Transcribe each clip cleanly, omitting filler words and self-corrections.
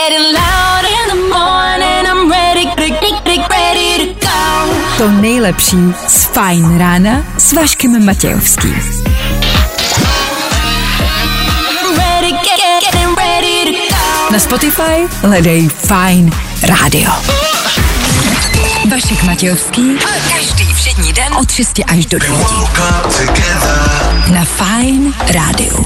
To nejlepší z Fajn rána s Vaškem Matějovským. Na Spotify hledej Fajn rádio. Vašek Matějovský. Každý všední den od 6 až do 9. Na Fajn rádiu.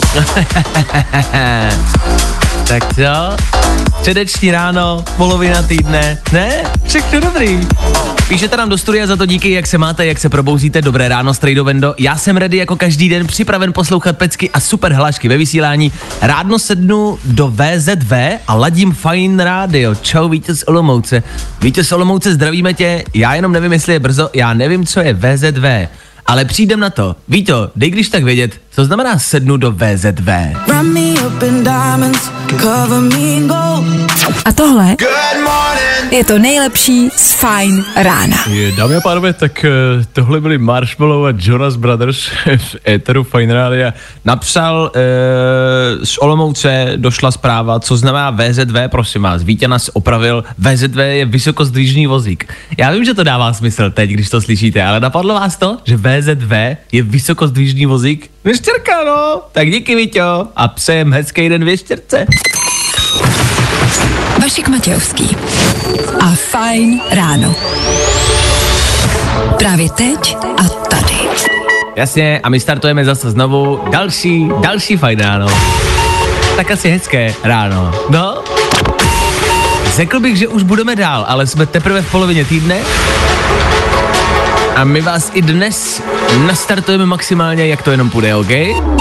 Tak co? Středeční ráno, polovina týdne, ne? Všechno dobrý. Píšete nám do studia, za to díky, jak se máte, jak se probouzíte. Dobré ráno, Strejdo Vendo. Já jsem ready jako každý den, připraven poslouchat pecky a super hlášky ve vysílání. Rádno sednu do VZV a ladím Fajn rádio. Čau, Vítěz Olomouce. Vítěz Olomouce, zdravíme tě. Já jenom nevím, jestli je brzo, já nevím, co je VZV. Ale přijdem na to. Víto, dej když tak vědět, co znamená sednu do VZV. A tohle je to nejlepší z Fajn rána. Dámy a pánové, tak tohle byli Marshmallow a Jonas Brothers v éteru Fajn rádia. Napsal z Olomouce došla zpráva, co znamená VZV, prosím vás. Vítě nás opravil, VZV je vysokozdvižný vozík. Já vím, že to dává smysl teď, když to slyšíte, ale napadlo vás to, že VZV je vysokozdvižný vozík? Věštěrka, no. Tak díky, Víťo. A přejem hezký den věštěrce. Vašek Matějovský a Fajn ráno. Právě teď a tady. Jasně, a my startujeme zase znovu další Fajn ráno. Tak asi hezké ráno. No. Řekl bych, že už budeme dál, ale jsme teprve v polovině týdne. A my vás i dnes nastartujeme maximálně, jak to jenom půjde, OK?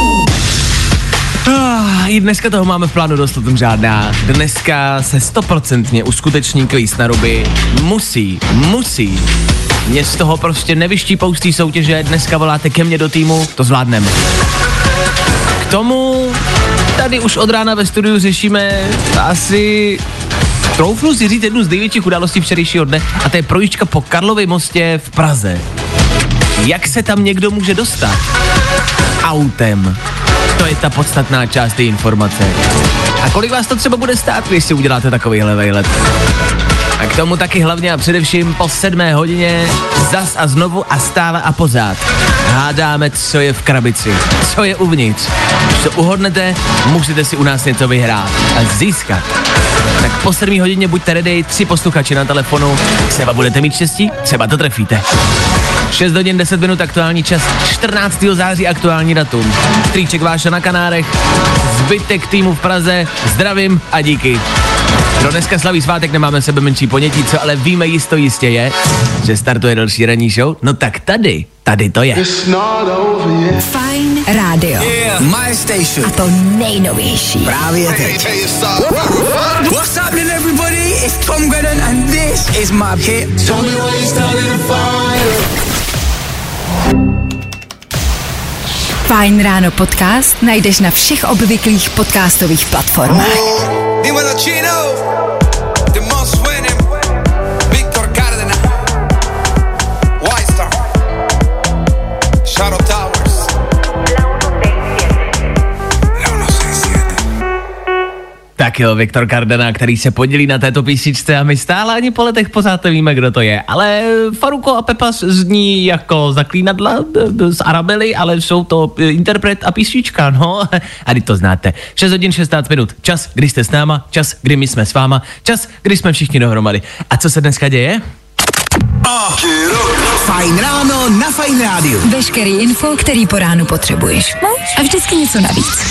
I dneska toho máme v plánu dost, o tom žádná. Dneska se 100% uskuteční kvíz na ruby. Musí. Mě z toho prostě nevyštípou z té soutěže, dneska voláte ke mně do týmu, to zvládneme. K tomu tady už od rána ve studiu řešíme asi... Troufnu si říct jednu z největších událostí včerejšího dne a to je projížďka po Karlově mostě v Praze. Jak se tam někdo může dostat? Autem. To je ta podstatná část té informace. A kolik vás to třeba bude stát, když si uděláte takovýhle vejlet? A k tomu taky hlavně a především po 7 hodině zas a znovu a stále a pořád. Hádáme, co je v krabici, co je uvnitř. Když to uhodnete, můžete si u nás něco vyhrát a získat. Tak po 7 hodině buďte ready, 3 posluchači na telefonu, třeba budete mít štěstí, třeba to trefíte. 6 hodin 10 minut aktuální čas, 14. září aktuální datum. Strýček Váša na Kanárech, zbytek týmu v Praze, zdravím a díky. Kdo dneska slaví svátek, nemáme sebe menší ponětí, co ale víme jistě je, že startuje další ranní show, no tak tady to je. Fajn rádio. Yeah. My station. A to nejnovější. Právě teď. What's happening everybody? It's Tom Grennan and this is my hit. Tell me why you started a fire. Fajn ráno podcast najdeš na všech obvyklých podcastových platformách. Tak jo, Viktor Cardena, který se podělí na této písničce a my stále ani po letech pořád nevíme, kdo to je. Ale Faruko a Pepas zní jako zaklínadla z Arabely, ale jsou to interpret a písnička, no. A teď to znáte. 6 hodin 16 minut. Čas, kdy jste s náma, čas, kdy my jsme s váma, čas, kdy jsme všichni dohromady. A co se dneska děje? Fajn ráno na Fajn rádiu. Veškerý info, který po ránu potřebuješ. No? A vždycky něco navíc.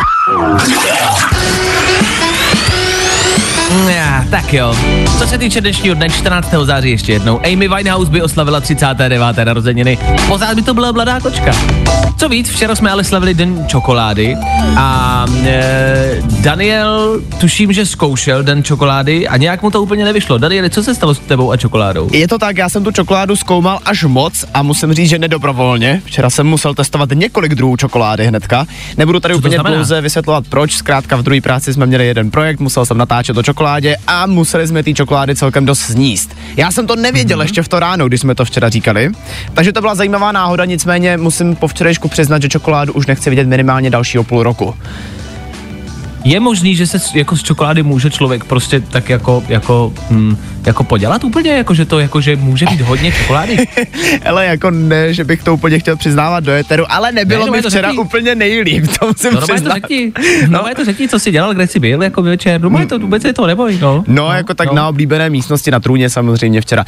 Tak jo, co se týče dnešního dne 14. září ještě jednou, Amy Winehouse by oslavila 39. narozeniny, pořád by to byla mladá kočka. Co víc, včera jsme ale slavili den čokolády a Daniel, tuším, že zkoušel den čokolády a nějak mu to úplně nevyšlo. Daniel, co se stalo s tebou a čokoládou? Je to tak, já jsem tu čokoládu zkoumal až moc a musím říct, že nedobrovolně. Včera jsem musel testovat několik druhů čokolády hnedka. Nebudu tady úplně dlouze vysvětlovat proč, zkrátka v druhé práci jsme měli jeden projekt, musel jsem natáčet o čokoládě a museli jsme ty čokolády celkem dost sníst. Já jsem to nevěděl ještě v to ráno, když jsme to včera říkali, takže to byla zajímavá náhoda, nicméně musím po včerejšku přiznat, že čokoládu už nechci vidět minimálně dalšího půl roku. Je možný, že se jako z čokolády může člověk prostě tak jako podělat úplně, jako že to jako, že může být hodně čokolády? Ale jako ne, že bych to úplně chtěl přiznávat do éteru, ale nebylo mi včera úplně nejlíp, to musím přiznat. Je to řekni, co jsi dělal, kde jsi byl, jako večer, no to vůbec je to neboj, no. Jako tak na oblíbené místnosti na trůně samozřejmě včera.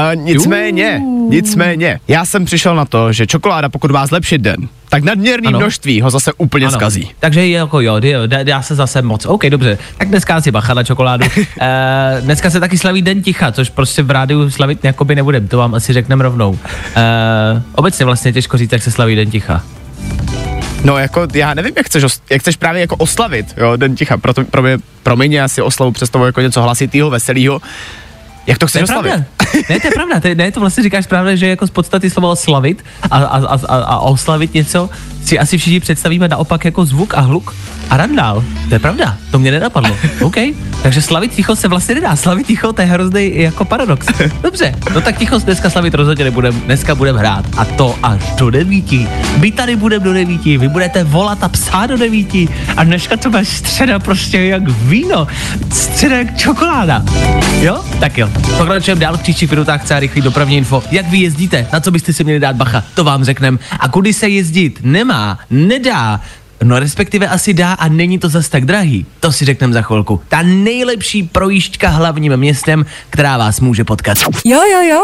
Nicméně, já jsem přišel na to, že čokoláda, pokud má zlepšit den, tak nadměrný množství ho zase úplně zkazí. Takže jako dá se zase moc. OK, dobře, tak dneska si bacha na čokoládu. Dneska se taky slaví Den ticha, což prostě v rádiu slavit jakoby nebudem, to vám asi řekneme rovnou. Obecně vlastně těžko říct, jak se slaví Den ticha. No jako, já nevím, jak chceš právě jako oslavit, jo, Den ticha, pro mě asi oslavu představuji jako něco hlasitýho, veselýho. Jak to chceš oslavit? Ne, to je pravda, to vlastně říkáš právě, že jako z podstaty slova oslavit a oslavit něco si asi všichni představíme naopak jako zvuk a hluk a randál. To je pravda, to mě nenapadlo. OK, takže slavit ticho se vlastně nedá, slavit ticho, to je hrozný jako paradox. Dobře, no tak ticho dneska slavit rozhodně nebudem, dneska budeme hrát a to až do 9. My tady budeme do 9, vy budete volat a psát do 9 a dneska to bude středa prostě jak víno, středa jak čokoláda. Jo? Tak jo. Pokračujeme dál v příštích minutách, chce rychlý dopravní info. Jak vy jezdíte? Na co byste si měli dát bacha? To vám řekneme. A kudy se jezdit nedá. No respektive asi dá a není to zas tak drahý. To si řekneme za chvilku. Ta nejlepší projížďka hlavním městem, která vás může potkat. Jo.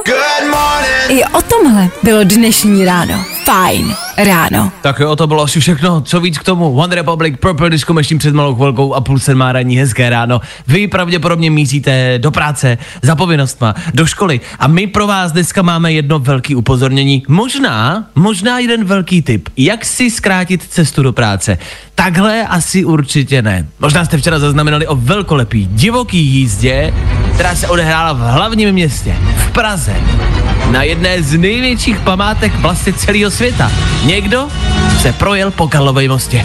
I o tomhle bylo dnešní ráno. Fajn ráno. Tak jo, to bylo asi všechno. Co víc k tomu? One Republic, Purple Disco Machine před malou chvilkou a 6:30 ranní, hezké ráno. Vy pravděpodobně míříte do práce, za povinnostma, do školy a my pro vás dneska máme jedno velké upozornění. Možná jeden velký tip. Jak si zkrátit cestu do práce? Takhle asi určitě ne. Možná jste včera zaznamenali o velkolepý divoký jízdě, která se odehrála v hlavním městě, v Praze. Na jedné z největších památek vlastně celého světa. Někdo se projel po Karlově mostě.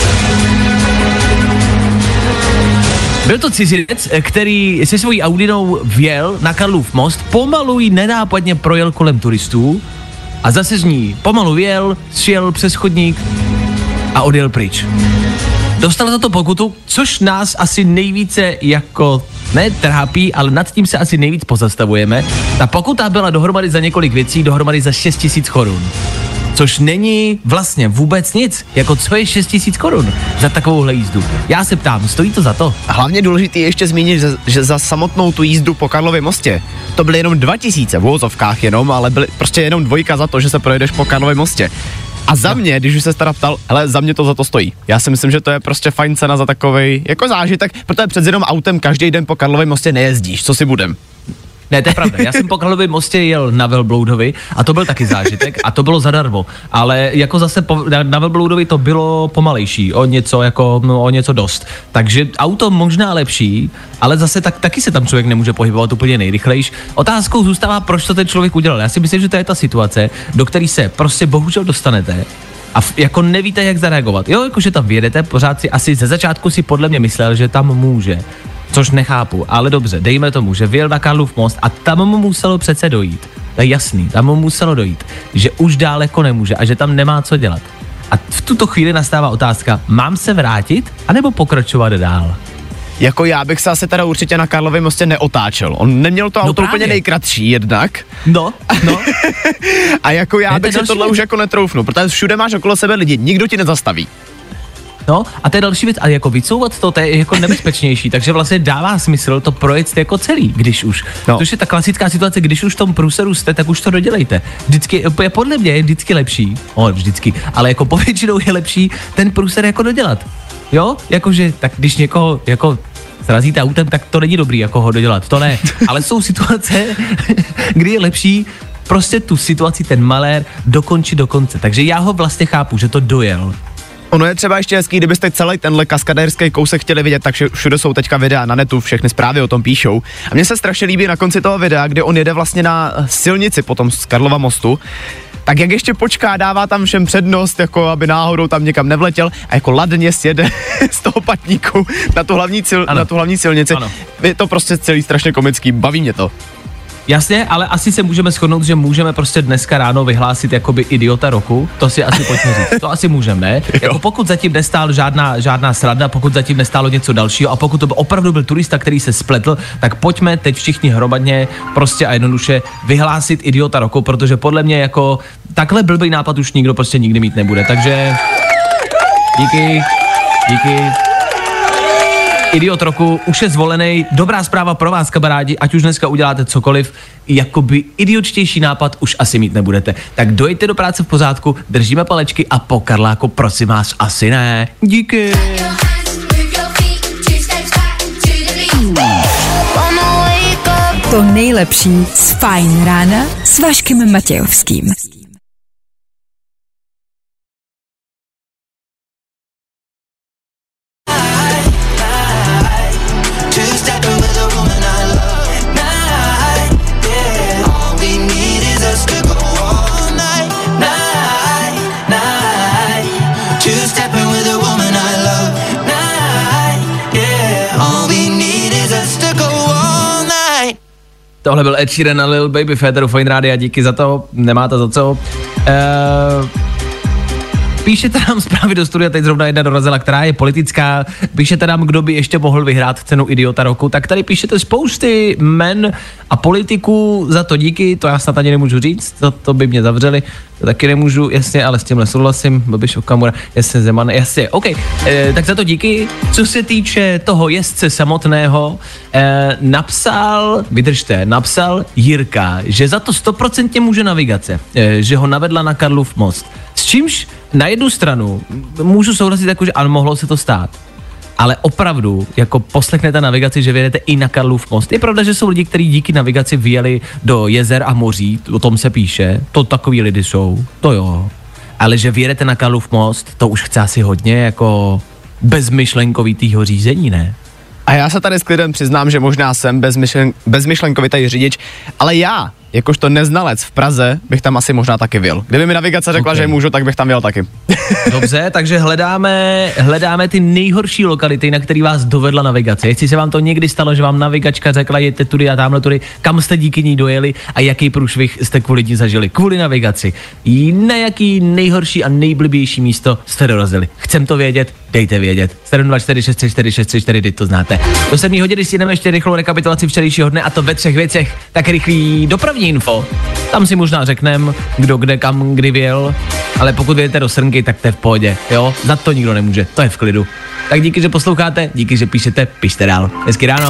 Byl to cizinec, který se svojí Audinou vjel na Karlův most, pomalu jí nenápadně projel kolem turistů a zase z ní pomalu vjel, šel přes chodník a odjel pryč. Dostal za to pokutu, což nás asi nejvíce jako ne trápí, ale nad tím se asi nejvíc pozastavujeme. Ta pokuta byla dohromady za několik věcí, dohromady za 6 000 korun. Což není vlastně vůbec nic. Jako co je 6 000 korun za takovouhle jízdu? Já se ptám, stojí to za to? A hlavně důležité je ještě zmínit, že za samotnou tu jízdu po Karlově mostě to byly jenom 2000 v uvozovkách jenom, ale byly prostě jenom 2 za to, že se projedeš po Karlově mostě. A za mě, když už se teda ptal, hele, za mě to za to stojí. Já si myslím, že to je prostě fajn cena za takovej jako zážitek, protože před jenom autem každý den po Karlově mostě nejezdíš, co si budem. Ne, to je pravda. Já jsem po Karlově mostě jel na Velbloudovi a to byl taky zážitek a to bylo zadarmo. Ale jako zase na Velbloudovi to bylo pomalejší, o něco dost. Takže auto možná lepší, ale zase taky se tam člověk nemůže pohybovat úplně nejrychlejš. Otázkou zůstává, proč to ten člověk udělal. Já si myslím, že to je ta situace, do které se prostě bohužel dostanete a jako nevíte, jak zareagovat. Jo, jakože tam vyjedete, pořád si asi ze začátku si podle mě myslel, že tam může. Což nechápu, ale dobře, dejme tomu, že vyjel na Karlův most a tam mu muselo přece dojít. To je jasný, tam mu muselo dojít, že už daleko nemůže a že tam nemá co dělat. A v tuto chvíli nastává otázka, mám se vrátit, anebo pokračovat dál? Jako já bych se asi teda určitě na Karlově mostě neotáčel. On neměl to auto úplně nejkratší jednak. No. A jako já bych se tohle už jako netroufnu, protože všude máš okolo sebe lidi, nikdo ti nezastaví. No a to je další věc, ale jako vycouvat to je jako nebezpečnější, takže vlastně dává smysl to projet jako celý, když už. No. Což je ta klasická situace, když už v tom průseru jste, tak už to dodělejte. Podle mě je vždycky lepší, ale jako povětšinou je lepší ten průser jako dodělat. Jo, jakože, tak když někoho jako srazíte autem, tak to není dobrý jako ho dodělat, to ne. Ale jsou situace, kdy je lepší prostě tu situaci ten malér dokončit do konce. Takže já ho vlastně chápu, že to dojel. Ono je třeba ještě hezký, kdybyste celý tenhle kaskadérský kousek chtěli vidět, tak všude jsou teďka videa na netu, všechny zprávy o tom píšou. A mně se strašně líbí na konci toho videa, kdy on jede vlastně na silnici potom z Karlova mostu, tak jak ještě počká, dává tam všem přednost, jako aby náhodou tam někam nevletěl a jako ladně sjede z toho patníku na tu hlavní silnici. Ano. Je to prostě celý strašně komický, baví mě to. Jasně, ale asi se můžeme shodnout, že můžeme prostě dneska ráno vyhlásit jakoby idiota roku, to si asi pojďme říct, to asi můžeme, ne? Jako pokud zatím nestál žádná sranda, pokud zatím nestálo něco dalšího a pokud to opravdu byl turista, který se spletl, tak pojďme teď všichni hromadně prostě a jednoduše vyhlásit idiota roku, protože podle mě jako takhle blbý nápad už nikdo prostě nikdy mít nebude, takže díky. Idiot roku už je zvolený, dobrá zpráva pro vás, kamarádi, ať už dneska uděláte cokoliv, jakoby idiočtější nápad už asi mít nebudete. Tak dojďte do práce v pořádku, držíme palečky a po Karláku, prosím vás, asi ne. Díky. To nejlepší z Fajn rána s Vaškem Matějovským. Tohle byl Ed Sheeran a Lil Baby Féteru Fajn rádia, díky za to, nemáte za co. Píšete nám zprávy do studia, teď zrovna jedna dorazila, která je politická, píšete nám, kdo by ještě mohl vyhrát cenu idiota roku, tak tady píšete spousty men a politiků, za to díky, to já snad ani nemůžu říct, to by mě zavřeli, to taky nemůžu, jasně, ale s tímhle souhlasím, Babiš, Okamura, jasně, Zeman, jasně, OK, tak za to díky. Co se týče toho jezdce samotného, napsal Jirka, že za to 100% může navigace, že ho navedla na Karlův most. S čímž na jednu stranu můžu souhlasit jako, že ano, mohlo se to stát, ale opravdu, jako poslechnete navigaci, že vyjedete i na Karlův most. Je pravda, že jsou lidi, kteří díky navigaci vyjeli do jezer a moří, o tom se píše, to takový lidi jsou, to jo. Ale že vyjedete na Karlův most, to už chce asi hodně jako bezmyšlenkovitýho řízení, ne? A já se tady s klidem přiznám, že možná jsem bezmyšlenkovitý řidič, ale já, jakožto neznalec v Praze, bych tam asi možná taky vyjel. Kdyby mi navigace řekla, že můžu, tak bych tam vyjel taky. Dobře, takže hledáme ty nejhorší lokality, na který vás dovedla navigace. Jestli se vám to někdy stalo, že vám navigačka řekla, jděte tudy a tamhle tudy, kam jste díky ní dojeli a jaký průšvih jste kvůli ní zažili. Kvůli navigaci. Na jaký nejhorší a nejblbější místo jste dorazili. Chcem to vědět, dejte vědět. 724634634, to znáte. Do 7 hodiny si jdeme ještě rychlou rekapitulaci včerejšího dne a to ve 3 věcech. Tak rychlý dopravní info. Tam si možná řekneme, kdo kde kam kdy vyjel, ale pokud vyjedete do Srnky, tak to je v pohodě, jo? Za to nikdo nemůže, to je v klidu. Tak díky, že posloucháte, díky, že píšete, pište dál. Hezky ráno.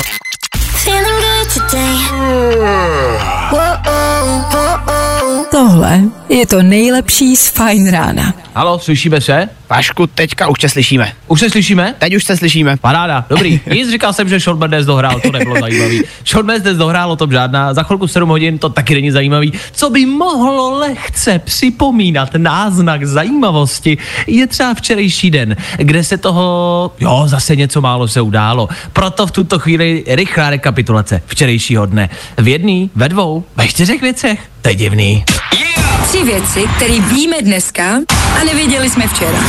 Tohle je to nejlepší z Fajn rána. Halo, slyšíme se? Vašku, teďka už tě slyšíme. Už se slyšíme? Teď už se slyšíme. Paráda, dobrý. Nic, říkal jsem, že Shawn Mendes dohrál, to nebylo zajímavý. Shawn Mendes dohrál, o tom žádná, za chvilku 7 hodin, to taky není zajímavý. Co by mohlo lehce připomínat náznak zajímavosti, je třeba včerejší den, kde se toho, zase něco málo se událo. Proto v tuto chvíli rychlá rekapitulace včerejšího dne. V jedný, ve dvou, ve 4 věcech, to je divný. 3 věci, které víme dneska a nevěděli jsme včera.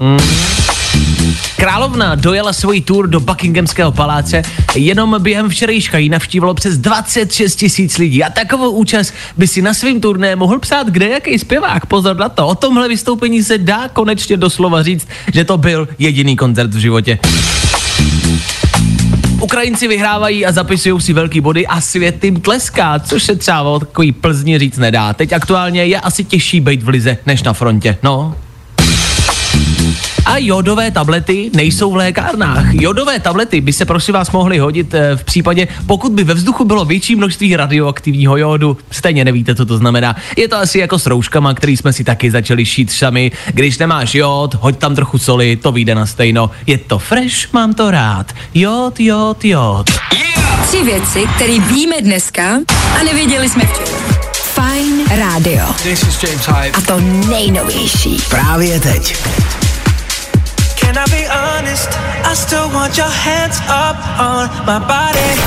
Královna dojela svůj tour do Buckinghamského paláce, jenom během včerejška ji navštívilo přes 26 000 lidí a takovou účast by si na svým turné mohl psát kdejaký zpěvák. Pozor na to, o tomhle vystoupení se dá konečně doslova říct, že to byl jediný koncert v životě. Ukrajinci vyhrávají a zapisují si velký body a svět jim tleská, což se třeba o takový Plzni říct nedá. Teď aktuálně je asi těžší být v lize než na frontě, no. A jodové tablety nejsou v lékárnách. Jodové tablety by se prosím vás mohly hodit v případě, pokud by ve vzduchu bylo větší množství radioaktivního jodu. Stejně nevíte, co to znamená. Je to asi jako s rouškama, který jsme si taky začali šít sami. Když nemáš jod, hoď tam trochu soli, to vyjde na stejno. Je to fresh, mám to rád. Jod. 3 věci, které víme dneska a nevěděli jsme včera. Fajn rádio. This is James Hype. A to nejnovější. Právě teď. Can I be honest? I still want your hands up on my body.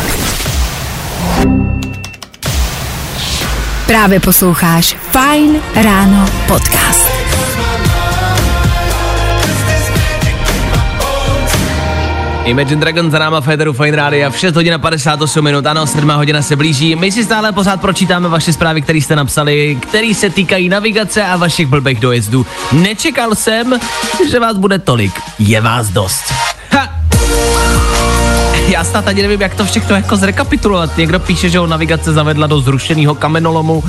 Právě posloucháš Fajn ráno podcast. Imagine Dragons za náma Féteru Fine Rádia v 6 hodin 58 minut, ano, 7 hodina se blíží. My si stále pořád pročítáme vaše zprávy, které jste napsali, které se týkají navigace a vašich blbých dojezdů. Nečekal jsem, že vás bude tolik. Je vás dost. Ha! Já snad ani nevím, jak to všechno jako zrekapitulovat. Někdo píše, že ho navigace zavedla do zrušeného kamenolomu.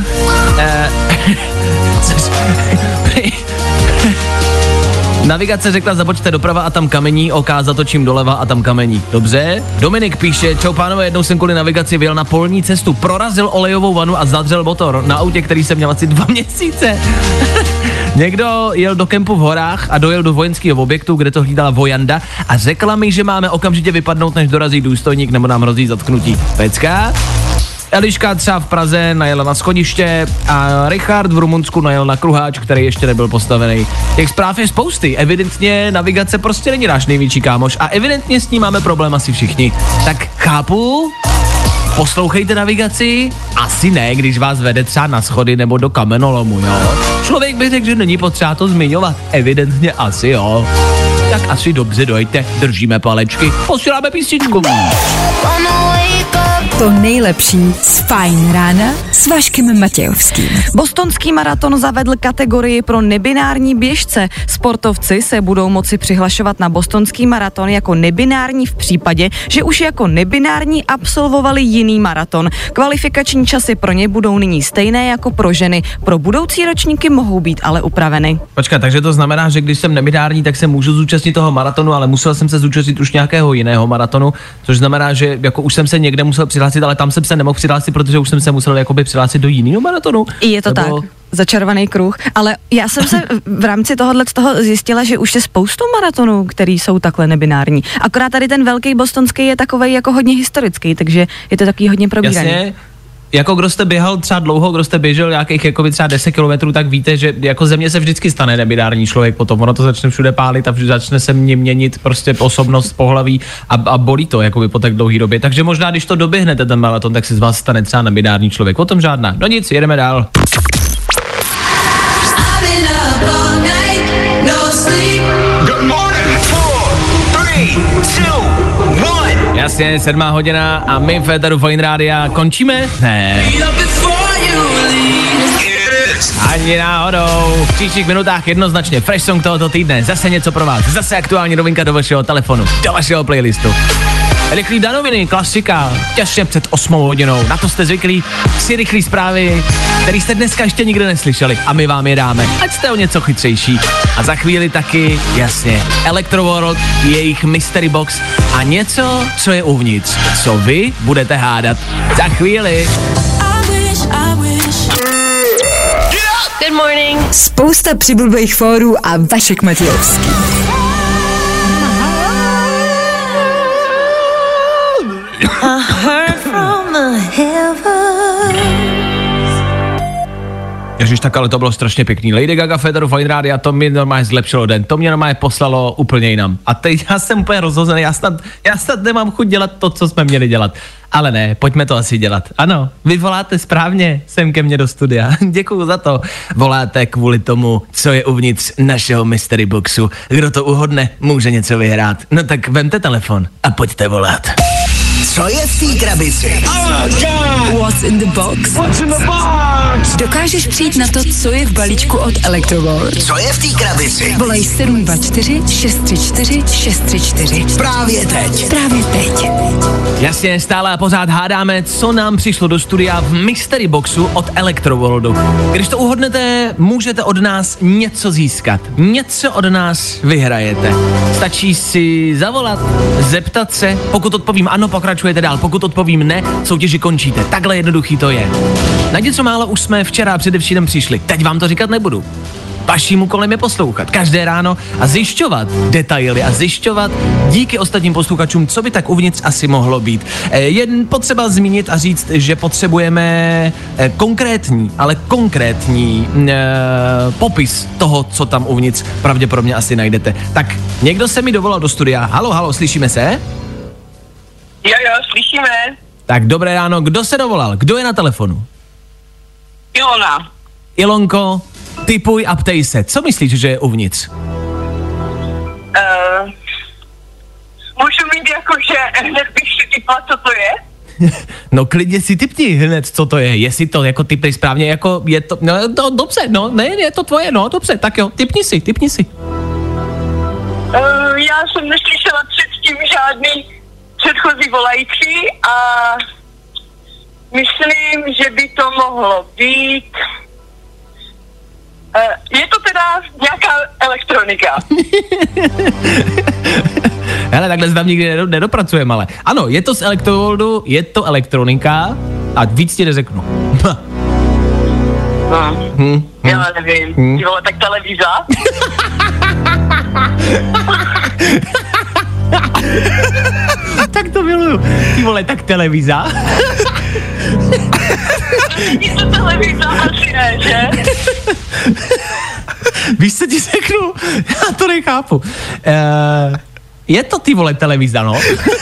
Navigace řekla, zabočte doprava a tam kamení, OK, zatočím doleva a tam kamení. Dobře. Dominik píše, čau pánové, jednou jsem kvůli navigaci vyjel na polní cestu, prorazil olejovou vanu a zadřel motor na autě, který jsem měl asi 2 měsíce. Někdo jel do kempu v horách a dojel do vojenského objektu, kde to hlídala vojanda a řekla mi, že máme okamžitě vypadnout, než dorazí důstojník nebo nám hrozí zatknutí. Pecka? Eliška třeba v Praze najela na schodiště a Richard v Rumunsku najel na kruháč, který ještě nebyl postavený. Těch zpráv je spousty. Evidentně navigace prostě není náš největší kámoš a evidentně s ní máme problém asi všichni. Tak chápu, poslouchejte navigaci, asi ne, když vás vede třeba na schody nebo do kamenolomu, jo. Člověk by řekl, že není potřeba to zmiňovat. Evidentně asi jo. Tak asi dobře dojďte, držíme palečky, posíláme písničku. To nejlepší z Fajn rána s Vaškem Matějovským. Bostonský maraton zavedl kategorii pro nebinární běžce. Sportovci se budou moci přihlašovat na bostonský maraton jako nebinární v případě, že už jako nebinární absolvovali jiný maraton. Kvalifikační časy pro ně budou nyní stejné jako pro ženy. Pro budoucí ročníky mohou být ale upraveny. Počkat, takže to znamená, že když jsem nebinární, tak se můžu zúčastnit toho maratonu, ale musel jsem se zúčastnit už nějakého jiného maratonu, což znamená, že jako už jsem se někde musel přihlásit, ale tam jsem se nemohl přihlásit, protože už jsem se musel jakoby přihlásit do jiného maratonu. Je to tak. Začarovaný kruh, ale já jsem se v rámci tohohle zjistila, že už je spoustu maratonů, který jsou takhle nebinární. Akorát tady ten velký bostonský je takovej jako hodně historický, takže je to taky hodně probíraný. Jasně. Jako kdo jste běhal třeba dlouho, kdo jste běžel nějakých jako třeba 10 kilometrů, tak víte, že jako ze mě se vždycky stane nebinární člověk, potom ono to začne všude pálit a začne se mě měnit prostě osobnost, pohlaví a bolí to jakoby po tak dlouhé době. Takže možná, když to doběhnete ten maraton, tak si z vás stane třeba nebinární člověk. O tom žádná. No nic, jedeme dál. Jasně, 7 hodina a my v Féteru Fajn Rádia končíme? Ne. Ani náhodou. V příštích minutách jednoznačně fresh song tohoto týdne. Zase něco pro vás. Zase aktuální novinka do vašeho telefonu, do vašeho playlistu. Rychlý danoviny, klasika, těsně před 8 hodinou. Na to jste zvyklí. 3 rychlý zprávy, který jste dneska ještě nikdy neslyšeli a my vám je dáme. Ať jste o něco chytřejší. A za chvíli taky, jasně, Electroworld, jejich mystery box a něco, co je uvnitř. Co vy budete hádat. Za chvíli. Good morning. Spousta přibulbých fórů a Vašek Matějovský. Ježiš, tak ale to bylo strašně pěkný. Lady Gaga, Féteru Fajn Rádia, to mi normálně zlepšilo den. To mě normálně poslalo úplně jinam. A teď já jsem úplně rozhozený, já snad nemám chuť dělat to, co jsme měli dělat. Ale ne, pojďme to asi dělat. Ano, vy voláte správně sem ke mně do studia. Děkuju za to. Voláte kvůli tomu, co je uvnitř našeho mystery boxu. Kdo to uhodne, může něco vyhrát. No tak vemte telefon a pojďte volat. Co je v té krabici? What's in the box? What's in the box? Dokážeš přijít na to, co je v balíčku od Electroworld? Co je v té krabici? Volej 724 634 634. Právě teď. Právě teď. Jasně, stále a pořád hádáme, co nám přišlo do studia v mystery boxu od Electroworldu. Když to uhodnete, můžete od nás něco získat. Něco od nás vyhrajete. Stačí si zavolat, zeptat se, pokud odpovím ano, pokračujete dál, pokud odpovím ne, soutěži končíte. Takhle jednoduchý to je. Na něco málo už jsme včera a především přišli. Teď vám to říkat nebudu. Vaším úkolem je poslouchat každé ráno a zjišťovat detaily a zjišťovat díky ostatním posluchačům, co by tak uvnitř asi mohlo být. Jen potřeba zmínit a říct, že potřebujeme konkrétní popis toho, co tam uvnitř pravděpodobně asi najdete. Tak někdo se mi dovolal do studia. Halo, slyšíme se? Jo, slyšíme. Tak dobré ráno, kdo se dovolal? Kdo je na telefonu? Ilona. Ilonko, tipuj a ptej se, co myslíš, že je uvnitř? Můžu mít hned bych si typla, co to je. No klidně si tipni hned, co to je, jestli to jako typnej správně, jako je to, no dobře, no, ne, je to tvoje, no, dobře, tak jo, tipni si. Já jsem neslyšela předtím žádný předchozí volající a myslím, že by to mohlo být... je to teda nějaká elektronika. Hele, takhle se tam nikdy nedopracujeme, ale ano, je to z Electroworldu, je to elektronika a víc ti neřeknu. Já nevím, ty vole, tak televíza? Tak to miluju. Ty vole, tak televíza? Není to televíza, asi ne, že? Víš, co ti řeknu? Já to nechápu. Je to ty vole televíza, no?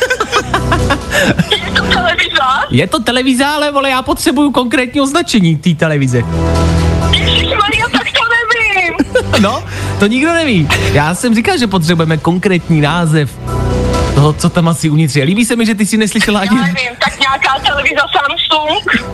Je to televíza? Je to televíza, ale vole, já potřebuju konkrétní označení té televize. Ježišmarja, tak to nevím. No, to nikdo neví. Já jsem říkal, že potřebujeme konkrétní název toho, co tam asi uvnitř je. Líbí se mi, že ty si neslyšela ani... Já nevím, tak nějaká televize Samsung?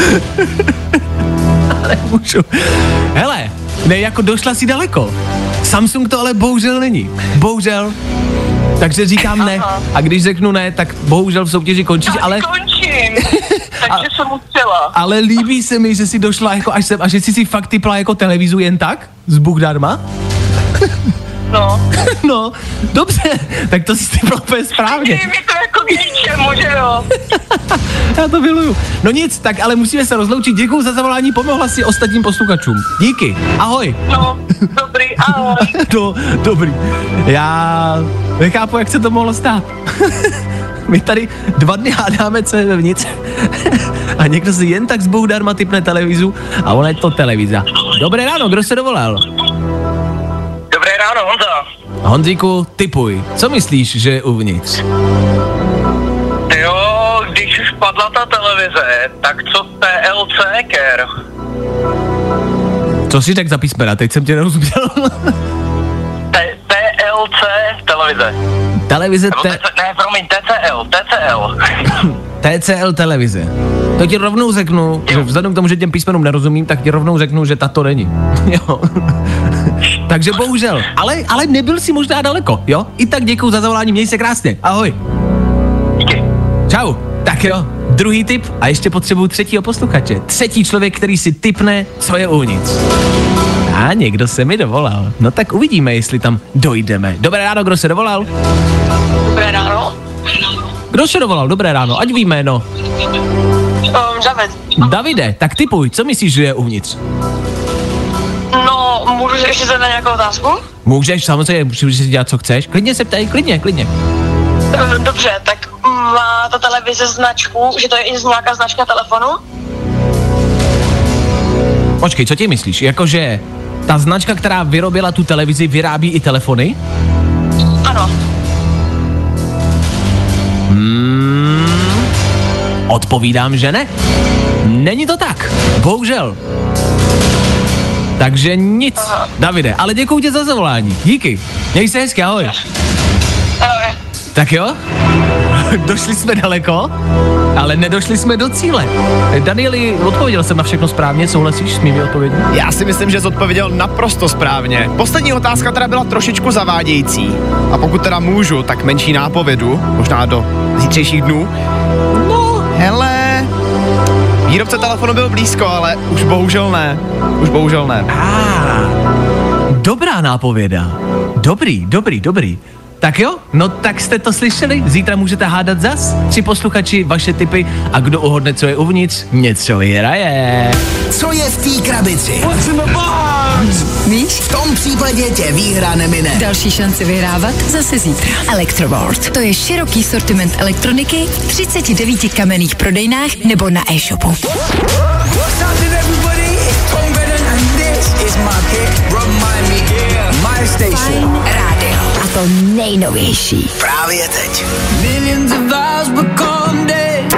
Ale můžu. Hele, ne, jako došla si daleko. Samsung to ale bohužel není. Bohužel. Takže říkám ne. A když řeknu ne, tak bohužel v soutěži končíš, ale... Končím. Takže jsem utřela. Ale líbí se mi, že jsi došla jako až sem a že jsi si fakt typla jako televizu jen tak? Z Bůh darma? No. No, dobře, tak to si typla úplně správně. Je to jako k ničemu, že jo? Já to miluju. No nic, tak ale musíme se rozloučit. Děkuju za zavolání, pomohla si ostatním posluchačům. Díky, ahoj. No, dobrý, ahoj. No, dobrý. Já nechápu, jak se to mohlo stát. My tady 2 dny hádáme, co je vevnitř. A někdo si jen tak z Bůh darma typne televizu a ona je to televize. Dobré ráno, kdo se dovolal? Dobré ráno, Honza. Honzíku, tipuj, co myslíš, že je uvnitř? Jo, když už padla ta televize, tak co TLC, Ker? Co si řekl za písmena, teď jsem tě nerozuměl. TLC televize. Televize TCL. TCL televize. To ti rovnou řeknu, že vzhledem k tomu, že těm písmenům nerozumím, tak ti rovnou řeknu, že tato není. Jo. Takže bohužel. Ale nebyl si možná daleko, jo? I tak děkuju za zavolání, měj se krásně. Ahoj. Díky. Čau. Tak jo, druhý tip a ještě potřebuju 3. posluchače. 3. člověk, který si tipne, co je uvnitř. A někdo se mi dovolal. No tak uvidíme, jestli tam dojdeme. Dobré ráno, kdo se dovolal? Dobré ráno. Kdo se dovolal? Dobré ráno, ať ví jméno. David. Davide, tak tipuj, co myslíš, že je uvnitř? No, můžu si ještě zadat nějakou otázku? Můžeš, samozřejmě, můžeš si dělat, co chceš. Klidně se ptej, klidně. Dobře, tak má ta televize značku, že to je i nějaká značka telefonu? Počkej, co ti myslíš? Jakože ta značka, která vyrobila tu televizi, vyrábí i telefony? Ano. Odpovídám, že ne. Není to tak, bohužel. Takže nic, Davide, ale děkuju tě za zavolání. Díky, měj se hezky, ahoj. Ahoj. Tak jo, došli jsme daleko, ale nedošli jsme do cíle. Danieli, odpověděl jsem na všechno správně, souhlasíš s mými odpověďmi? Já si myslím, že zodpověděl naprosto správně. Poslední otázka teda byla trošičku zavádějící. A pokud teda můžu, tak menší nápovědu, možná do zítřejších dnů. No, hele, výrobce telefonu byl blízko, ale už bohužel ne. Dobrá nápověda. Dobrý. Tak jo, no tak jste to slyšeli, zítra můžete hádat zas, 3 posluchači, vaše tipy a kdo uhodne, co je uvnitř, něco vyhraje. Co je v té krabici? Víš? V tom případě tě výhra nemine. Další šanci vyhrávat zase zítra. Electroworld. To je široký sortiment elektroniky v 39 kamenných prodejnách nebo na e-shopu. What's happening, everybody? It's Tom Grennan and this is my hit. Remind me, my station. Fajn rádio. A to nejnovější. Právě teď. Millions of hours become dead.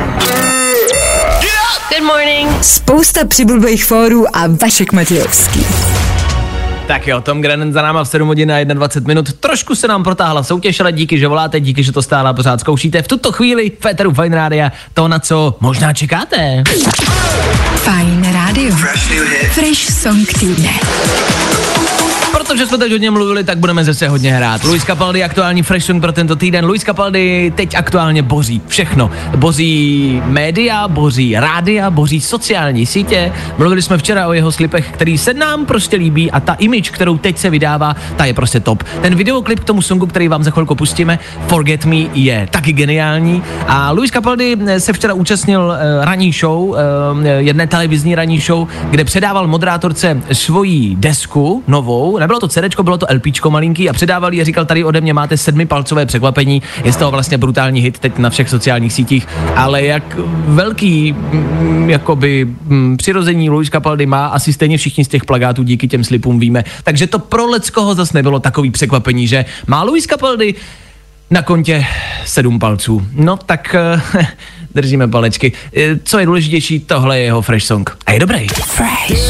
Good morning. Spousta přibulbých fórů a Vašek Matějovský. Tak jo, Tom Grennan za náma v 7 hodin a 21 minut. Trošku se nám protáhla soutěž, ale díky, že voláte, díky, že to stále pořád zkoušíte. V tuto chvíli v éteru Fajn rádia to, na co možná čekáte. Fajn rádio. Fresh song týdne. Protože jsme teď hodně mluvili, tak budeme zase hodně hrát. Luis Capaldi, aktuální fresh song pro tento týden. Luis Capaldi teď aktuálně boří všechno. Boří média, boří rádia, boří sociální sítě. Mluvili jsme včera o jeho slipech, který se nám prostě líbí a ta image, kterou teď se vydává, ta je prostě top. Ten videoklip k tomu songu, který vám za chvilku pustíme, Forget Me, je taky geniální. A Luis Capaldi se včera účastnil ranní show, jedné televizní ranní show, kde předával moderátorce svoji desku novou. Nebylo to CDčko, bylo to LPčko malinký a předával jí a říkal, tady ode mě máte 7palcové překvapení, je z toho vlastně brutální hit teď na všech sociálních sítích, ale jak velký jakoby přirození Luis Capaldi má, asi stejně všichni z těch plakátů díky těm slipům víme, takže to pro leckoho zase nebylo takový překvapení, že má Luis Capaldi na kontě 7 palců. No tak držíme palečky. Co je důležitější, tohle je jeho fresh song. A je dobrý. Fresh.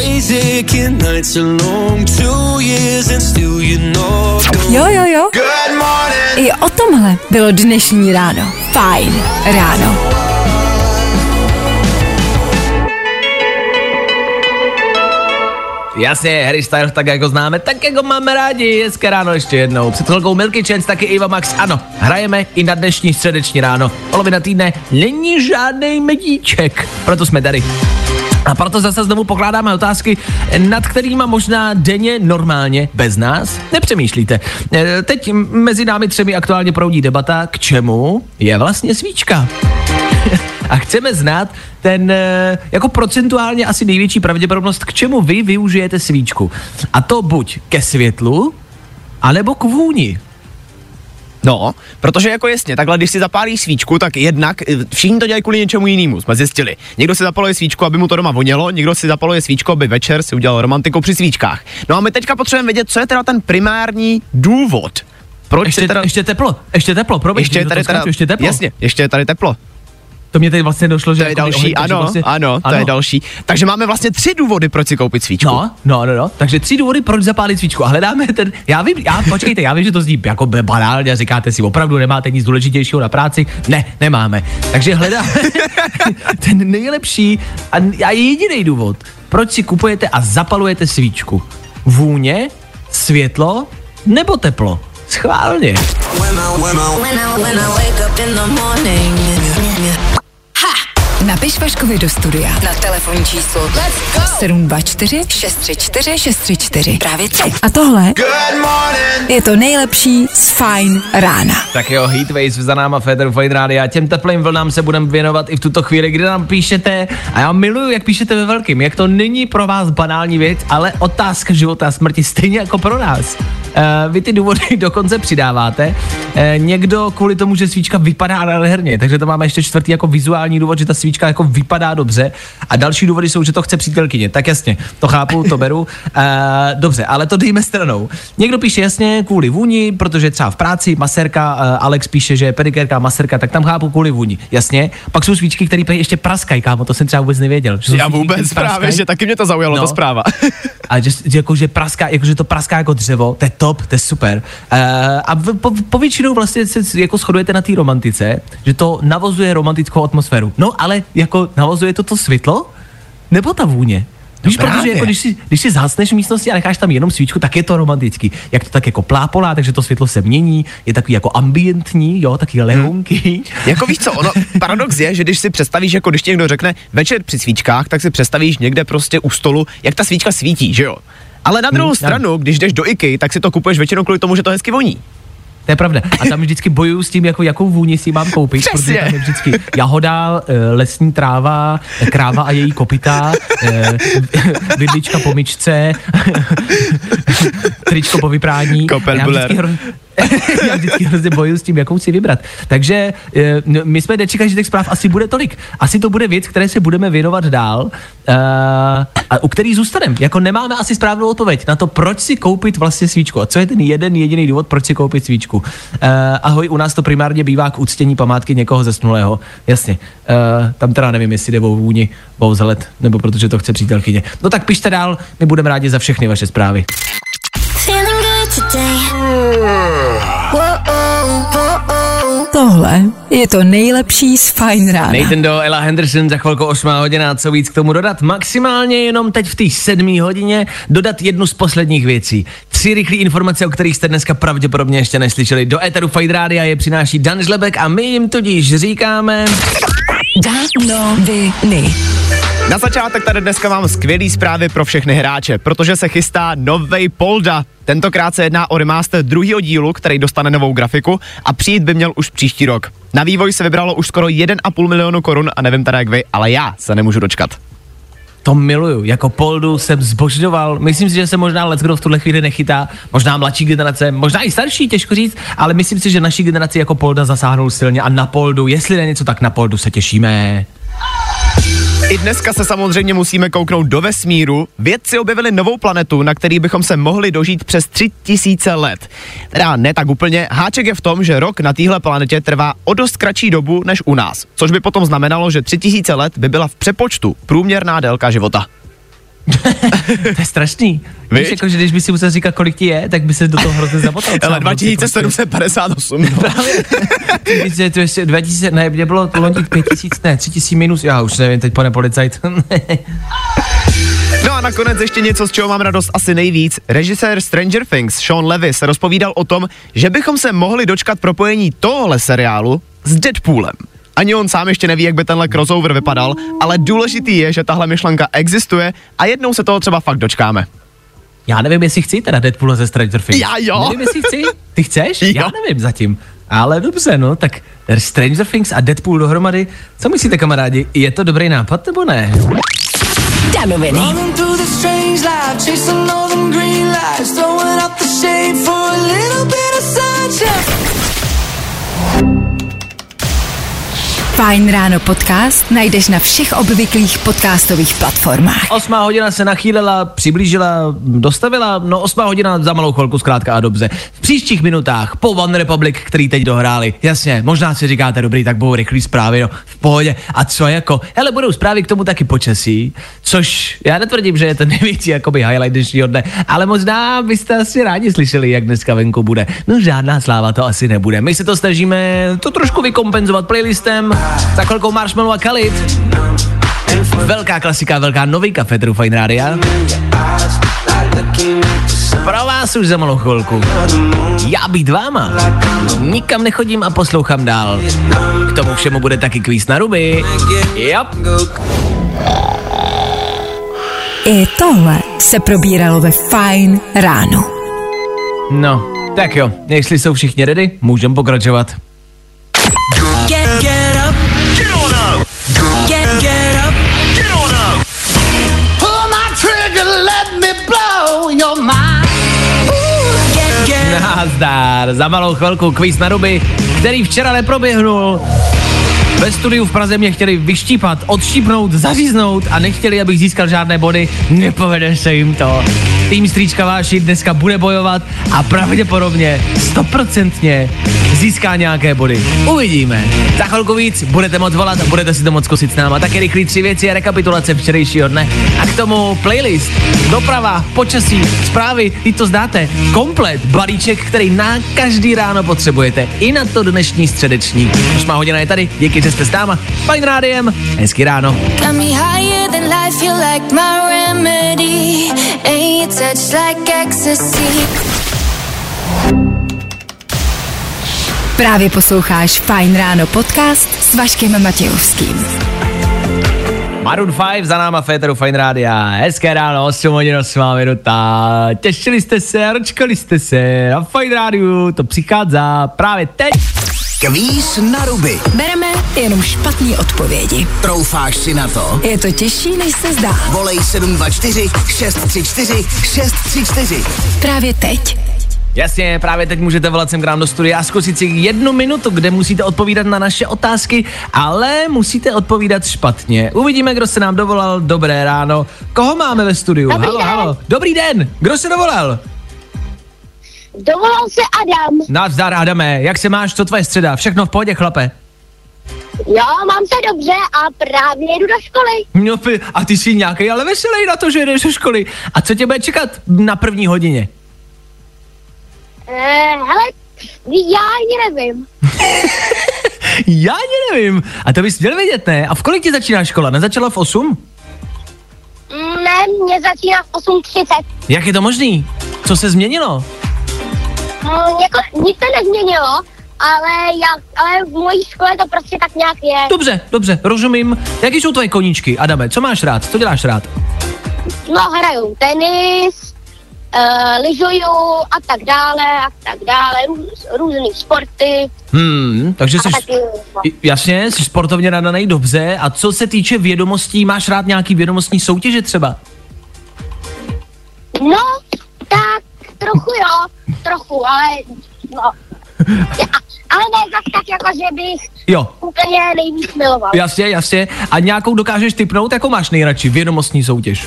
Jo. I o tomhle bylo dnešní ráno. Fajn ráno. Jasně, Harry Styles, tak jako známe, tak jako máme rádi. Hezké ráno ještě jednou. Před chvilkou Milky Chance, taky Eva Max. Ano, hrajeme i na dnešní středeční ráno. Polovina týdne není žádnej medíček, proto jsme tady. A proto zase znovu pokládáme otázky, nad kterýma možná denně normálně bez nás nepřemýšlíte. Teď mezi námi třemi aktuálně proudí debata, k čemu je vlastně svíčka. A chceme znát ten jako procentuálně asi největší pravděpodobnost, k čemu vy využijete svíčku. A to buď ke světlu, anebo k vůni. No, protože jako jasně, takhle když si zapálí svíčku, tak jednak všichni to dělají kvůli něčemu jinému, jsme zjistili. Někdo si zapaluje svíčku, aby mu to doma vonělo, někdo si zapaluje svíčku, aby večer si udělal romantiku při svíčkách. No a my teďka potřebujeme vědět, co je teda ten primární důvod. Proč ještě teplo, promiň, ještě je teplo. Jasně, ještě je tady teplo. To mě teď vlastně došlo, že... To je další, vlastně, ano, to je další. Takže máme vlastně 3 důvody, proč si koupit svíčku. No. Takže 3 důvody, proč zapálit svíčku. A hledáme ten... Já vím, že to zní jako banálně a říkáte si, opravdu nemáte nic důležitějšího na práci. Ne, nemáme. Takže hledáme ten nejlepší a jediný důvod, proč si kupujete a zapalujete svíčku. Vůně, světlo nebo teplo. Schválně. Napiš Vaškovi do studia na telefonní číslo 724 634 634. Právě ty. A tohle je to nejlepší z Fajn rána. Tak jo, Heatwaves za náma Féteru Fajn rádia. Těm teplým vlnám se budeme věnovat i v tuto chvíli, kdy nám píšete. A já miluju, jak píšete ve velkým. Jak to není pro vás banální věc, ale otázka života a smrti stejně jako pro nás. Vy ty důvody dokonce přidáváte. Někdo kvůli tomu, že svíčka vypadá nádherně, takže to máme ještě 4. jako vizuální důvod, že ta svíčka jako vypadá dobře. A další důvody jsou, že to chce přítelkyně. Tak jasně, to chápu, to beru. Dobře, ale to dejme stranou. Někdo píše jasně kvůli vůni, protože třeba v práci masérka, Alex píše, že je pedikérka, masérka, tak tam chápu kvůli vůni. Jasně. Pak jsou svíčky, které ještě praskají, kámo, to jsem třeba vůbec nevěděl. Já vůbec právě, že taky mě to zaujalo, ta zpráva. A že praská, jakože to praská jako dřevo, to je top, to je super. A povětšinou vlastně se jako shodujete na té romantice, že to navozuje romantickou atmosféru. No ale jako navozuje to světlo? Nebo ta vůně? Víš, protože jako když si zhasneš v místnosti a necháš tam jenom svíčku, tak je to romantický. Jak to tak jako plápolá, takže to světlo se mění, je takový jako ambientní, jo, taky lehonký. Jako víš co, ono, paradox je, že když si představíš, jako když ti někdo řekne večer při svíčkách, tak si představíš někde prostě u stolu, jak ta svíčka svítí, že jo? Ale na druhou stranu, když jdeš do IKEA, tak si to kupuješ většinou kvůli tomu, že to hezky voní. To je pravda. A tam vždycky bojuju s tím, jako jakou vůni si mám koupit, protože tam je vždycky jahoda, lesní tráva, kráva a její kopyta, vidlička po myčce, tričko po vyprání. Já vždycky hrozně bojuju s tím, jakou si vybrat. Takže my jsme nečekali, že těch zpráv asi bude tolik. Asi to bude věc, které se budeme věnovat dál a u který zůstaneme. Jako nemáme asi správnou odpověď na to, proč si koupit vlastně svíčku. A co je ten jeden jediný důvod, proč si koupit svíčku. Ahoj, u nás to primárně bývá k uctění památky někoho zesnulého. Jasně. Tam teda nevím, jestli jde o vůni, o vzhled, nebo protože to chce přítelkyně. No tak pište dál, my budeme rádi za všechny vaše zprávy. Tohle je to nejlepší z Fajn rána. Nathan Doe, Ella Henderson, za chvilku 8 hodina, co víc k tomu dodat? Maximálně jenom teď v té 7 hodině dodat jednu z posledních věcí. 3 rychlé informace, o kterých jste dneska pravděpodobně ještě neslyšeli. Do éteru Fajn rádia je přináší Dan Žlebek a my jim tudíž říkáme... Danoviny. Na začátek tady dneska mám skvělý zprávy pro všechny hráče, protože se chystá novej Polda. Tentokrát se jedná o remaster druhého dílu, který dostane novou grafiku a přijít by měl už příští rok. Na vývoj se vybralo už skoro 1,5 milionu korun a nevím teda jak vy, ale já se nemůžu dočkat. To miluju, jako Poldu jsem zbožňoval, myslím si, že se možná leckdo v tuhle chvíli nechytá, možná mladší generace, možná i starší, těžko říct, ale myslím si, že naší generaci jako Polda zasáhnul silně a na Poldu, jestli ne něco, tak na Poldu se těšíme. I dneska se samozřejmě musíme kouknout do vesmíru. Vědci objevili novou planetu, na který bychom se mohli dožít přes 3000 let. Teda ne tak úplně, háček je v tom, že rok na téhle planetě trvá o dost kratší dobu než u nás, což by potom znamenalo, že 3000 let by byla v přepočtu průměrná délka života. To je strašný. Víš, jako, že když by si musel říkat, kolik ti je, tak by se do toho hrozně zamotal. Ale 2758. No. Právě. 2000, ne, mě bylo to loni 5000, ne, 3000 minus, já už nevím, teď pane policajt. No a nakonec ještě něco, z čeho mám radost asi nejvíc. Režisér Stranger Things, Sean Levy, se rozpovídal o tom, že bychom se mohli dočkat propojení tohle seriálu s Deadpoolem. Ani on sám ještě neví, jak by tenhle crossover vypadal, ale důležitý je, že tahle myšlenka existuje a jednou se toho třeba fakt dočkáme. Já nevím, jestli chci teda Deadpoola ze Stranger Things. Já jo. Nevím, jestli chci. Ty chceš? Jo. Já nevím zatím. Ale dobře, no, tak Stranger Things a Deadpool dohromady. Co myslíte, kamarádi? Je to dobrý nápad, nebo ne? Danoviny. Fajn ráno podcast najdeš na všech obvyklých podcastových platformách. 8 hodina se nachýlila, přiblížila, dostavila, no 8 hodina za malou chvilku zkrátka a dobře. V příštích minutách po One Republic, který teď dohráli, jasně, možná si říkáte, dobrý, tak budou rychlý zprávy, no, v pohodě. A co jako? Hele, budou zprávy k tomu taky počasí, což já netvrdím, že je to největší jakoby highlight dnešního dne, ale možná byste asi rádi slyšeli, jak dneska venku bude. No žádná sláva to asi nebude. My se to snažíme to trošku vykompenzovat playlistem. Za chvilkou Marshmallow a Khalid. Velká klasika, velká novinka Féteru Fajn rádia. Pro vás už za malou chvilku. Já být váma. Nikam nechodím a poslouchám dál. K tomu všemu bude taky kvíz na ruby. Yep. I tohle se probíralo ve Fajn ráno. No, tak jo, jestli jsou všichni ready, můžeme pokračovat. Nazdar, za malou chvilku kvíz na ruby, který včera neproběhnul. Ve studiu v Praze mě chtěli vyštípat, odštípnout, zaříznout a nechtěli, abych získal žádné body. Nepovede se jim to. Tým Strýčka Váši dneska bude bojovat a pravděpodobně 100% získá nějaké body. Uvidíme. Za chvilku víc budete moc volat a budete si to moc zkusit s náma. Taky rychlý 3 věci a rekapitulace včerejšího dne. A k tomu playlist, doprava, počasí, zprávy, ty to zdáte. Komplet, balíček, který na každý ráno potřebujete. I na to dnešní středeční. 8 hodina je tady, díky, že jste s náma. Fajn rádiem, hezky ráno. Právě posloucháš Fajn ráno podcast s Vaškem Matějovským. Maroon 5 za náma Féteru Fajn rádia. Hezké ráno, 8 hodin 8 minuta. Těšili jste se a ročkali jste se. Na Fajn rádiu to přichází právě teď. Kvíz na ruby. Bereme jenom špatný odpovědi. Troufáš si na to? Je to těžší, než se zdá. Volej 724 634 634. Právě teď. Jasně, právě teď můžete volat sem k nám do studia a zkusit si 1 minutu, kde musíte odpovídat na naše otázky, ale musíte odpovídat špatně. Uvidíme, kdo se nám dovolal. Dobré ráno. Koho máme ve studiu? Halo. Dobrý den. Kdo se dovolal? Dovolal se Adam. Nazdar, Adame. Jak se máš? Co tvoje středa? Všechno v pohodě, chlape? Jo, mám se dobře a právě jedu do školy. No, a ty jsi nějaký ale veselý na to, že jdeš do školy. A co tě bude čekat na první hodině? Hele, já ani nevím. Já ani nevím. A to bys měl vědět, ne? A v kolik ti začíná škola? Nezačala v 8? Ne, mě začíná v 8:30. Jak je to možný? Co se změnilo? Nic se nezměnilo, ale v mojí škole to prostě tak nějak je. Dobře, rozumím. Jaký jsou tvoje koníčky, Adame? Co máš rád? Co děláš rád? No, hraju tenis, lyžuju a tak dále, různý sporty. Takže jsi sportovně nadanej, dobře. A co se týče vědomostí, máš rád nějaký vědomostní soutěže třeba? No, tak trochu, ale no. Ale ne tak jako, že bych úplně nejvíc miloval. Jasně. A nějakou dokážeš tipnout, jako máš nejradši vědomostní soutěž?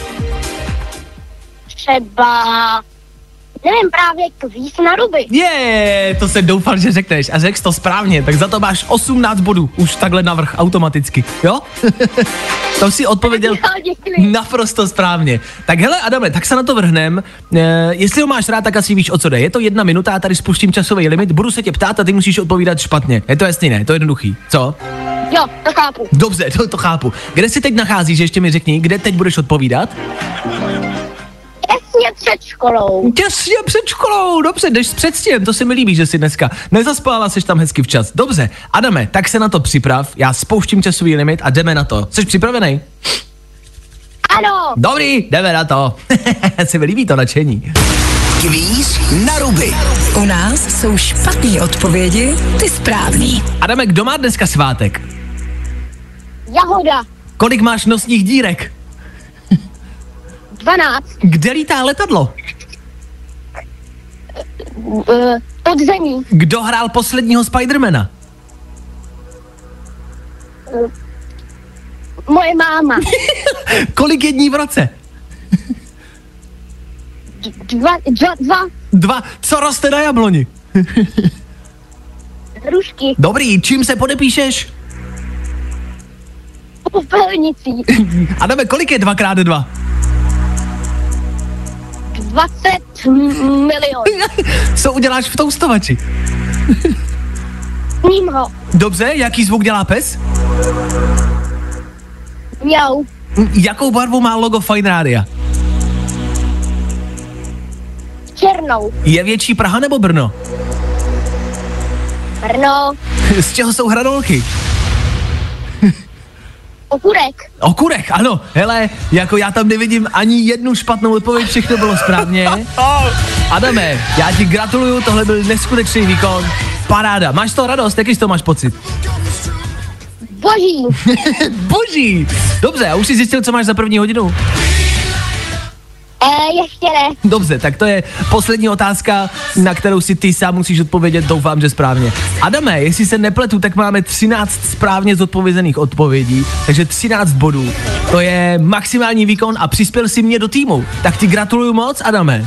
Třeba, nevím, právě kvíz na ruby. To se doufal, že řekneš a řekl to správně, tak za to máš 18 bodů, už takhle navrch automaticky, jo? To si odpověděl naprosto správně. Tak hele, Adame, tak se na to vrhnem. Jestli ho máš rád, tak asi víš, o co jde. Je to 1 minuta, tady spustím časový limit, budu se tě ptát a ty musíš odpovídat špatně. Je to jasný, ne? To je jednoduchý, co? Jo, to chápu. Dobře, to chápu. Kde si teď nacházíš, ještě mi řekni, kde teď budeš odpovídat? Těsně před školou, dobře, jdeš s předstihem, to se mi líbí, že si dneska nezaspala, seš tam hezky včas. Dobře, Adame, tak se na to připrav, já spouštím časový limit a jdeme na to. Jsi připravený? Ano. Dobrý, jdeme na to. Se mi líbí to nadšení. Kvíz na ruby. U nás jsou špatné odpovědi, ty správný. Adame, kdo má dneska svátek? Jahoda. Kolik máš nosních dírek? 12. Kde lítá letadlo? Pod zemí. Kdo hrál posledního Spidermana? Moje máma. Kolik je dní v roce? 2. Co roste na jabloni? Hrušky. Dobrý, čím se podepíšeš? Popelnicí. Adame, kolik je 2x2? 20 milionů. Co uděláš v toustovači? Sním ho. Dobře, jaký zvuk dělá pes? Mjau. Jakou barvu má logo Fine Rádia? Černou. Je větší Praha nebo Brno? Brno. Z čeho jsou hranolky? Okurek, ano. Hele, jako já tam nevidím ani jednu špatnou odpověď, všechno bylo správně. Adame, já ti gratuluju, tohle byl neskutečný výkon. Paráda, máš z toho radost, jaký z toho máš pocit? Boží. Boží. Dobře, a už jsi zjistil, co máš za první hodinu? Ještě ne. Dobře, tak to je poslední otázka, na kterou si ty sám musíš odpovědět, doufám, že správně. Adame, jestli se nepletu, tak máme 13 správně zodpovězených odpovědí, takže 13 bodů. To je maximální výkon a přispěl si mě do týmu. Tak ti gratuluju moc, Adame.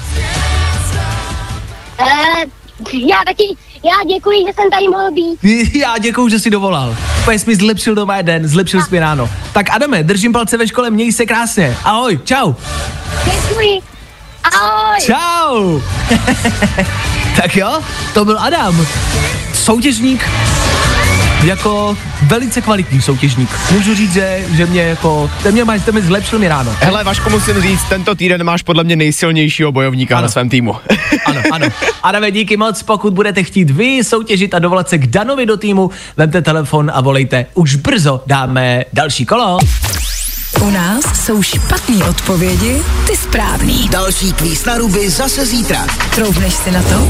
Já děkuji, že jsem tady mohl být. Já děkuji, že jsi dovolal. Úplně jsi mi zlepšil doma den, zlepšil jsi mi ráno. Tak Adame, držím palce ve škole, měj se krásně. Ahoj, čau. Děkuji. Ahoj. Čau. Tak jo, to byl Adam. Soutěžník, jako velice kvalitní soutěžník. Můžu říct, že mě jako, ten mě zlepšil mi ráno. Hele, Vašku, musím říct, tento týden máš podle mě nejsilnějšího bojovníka na svém týmu. Ano. Adame, díky moc, pokud budete chtít vy soutěžit a dovolat se k Danovi do týmu, vemte telefon a volejte. Už brzo dáme další kolo. U nás jsou špatné odpovědi, ty správný. Další kvíz na ruby zase zítra. Troufneš si na to?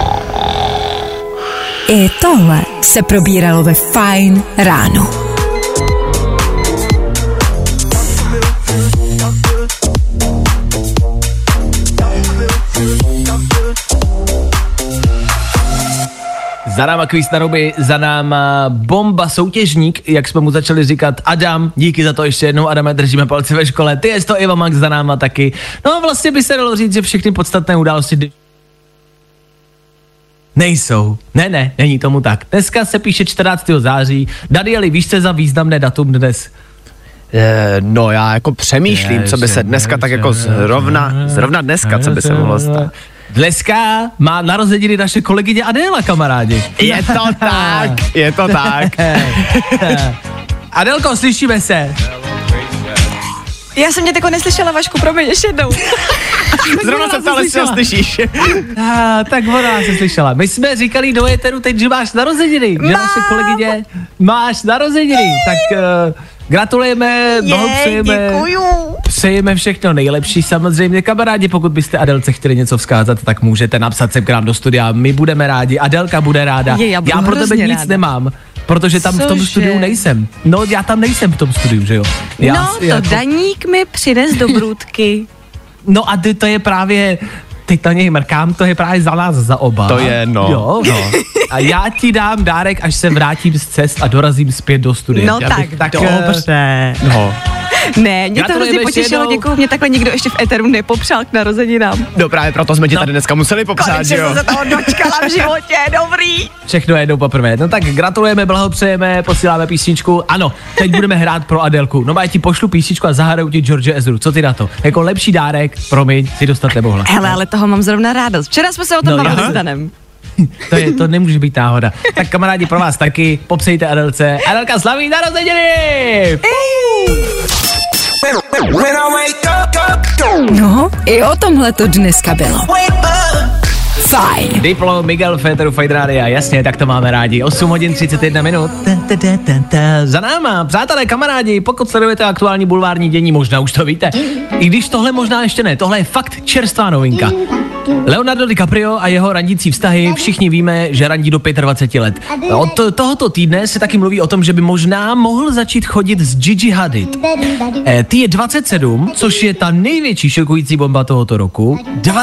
I tohle se probíralo ve Fajn ráno. Za náma kvíz na ruby, za náma bomba soutěžník, jak jsme mu začali říkat. Adam, díky za to ještě jednou, Adame, držíme palce ve škole. Ty je to Iva Max za náma taky. No vlastně by se dalo říct, že všechny podstatné události nejsou. Ne, není tomu tak. Dneska se píše 14. září. Danieli, víš, co je za významné datum dnes? No já jako přemýšlím, co by se dneska tak jako zrovna dneska, co by se mohlo stát. Dneska má narozeniny naše kolegyně Adéla, kamarádi. Je to tak. Adélko, slyšíme se. Já jsem tě tako neslyšela, Vašku, promiň, ještě jednou. Zrovna se ptala, jestli ho slyšíš. Tak ona se slyšela. My jsme říkali do éteru teď, že máš narozeniny. Že naše kolegyně máš narozeniny. Tak gratulujeme, blahopřejeme. Přejeme všechno nejlepší samozřejmě. Kamarádi, pokud byste Adélce chtěli něco vzkázat, tak můžete napsat sem k nám do studia. My budeme rádi, Adélka bude ráda. Já pro tebe nic nemám. Protože tam v tom studiu nejsem. No, já tam nejsem v tom studiu, že jo? Daník mi přines do Brůdky. No a to je právě, teď na něj mrkám, to je právě za nás, za oba. To je, Jo. A já ti dám dárek, až se vrátím z cest a dorazím zpět do studia. No tak dobře. Ne, mě to hrozně potěšilo, děkuju, mě takhle nikdo ještě v éteru nepopřál k narozeninám. No právě proto jsme ti tady dneska museli popřát, že jo? Konečně jsem se toho dočkala v životě, dobrý. Všechno jednou poprvé. No tak gratulujeme, blahopřejeme, posíláme písničku. Ano, teď budeme hrát pro Adélku. No já ti pošlu písničku a zahraju ti George Ezru. Co ty na to? Jako lepší dárek, promiň, si dostat nemohla. Hele, ale toho mám zrovna rádost. Včera jsme se o tom bavili s Danem. To nemůže být náhoda. Tak kamarádi, pro vás taky, popřejte Adélce. Adélka slaví narozeniny! No, i o tomhle to dneska bylo. Fajn. Diplo, Miguel Féteru, Fajn Rádia, jasně, tak to máme rádi. 8 hodin 31 minut. Za náma, přátelé, kamarádi, pokud sledujete aktuální bulvární dění, možná už to víte. I když tohle možná ještě ne, tohle je fakt čerstvá novinka. Leonardo DiCaprio a jeho randící vztahy, všichni víme, že randí do 25 let. Od tohoto týdne se taky mluví o tom, že by možná mohl začít chodit s Gigi Hadid. Ty je 27, což je ta největší šokující bomba tohoto roku.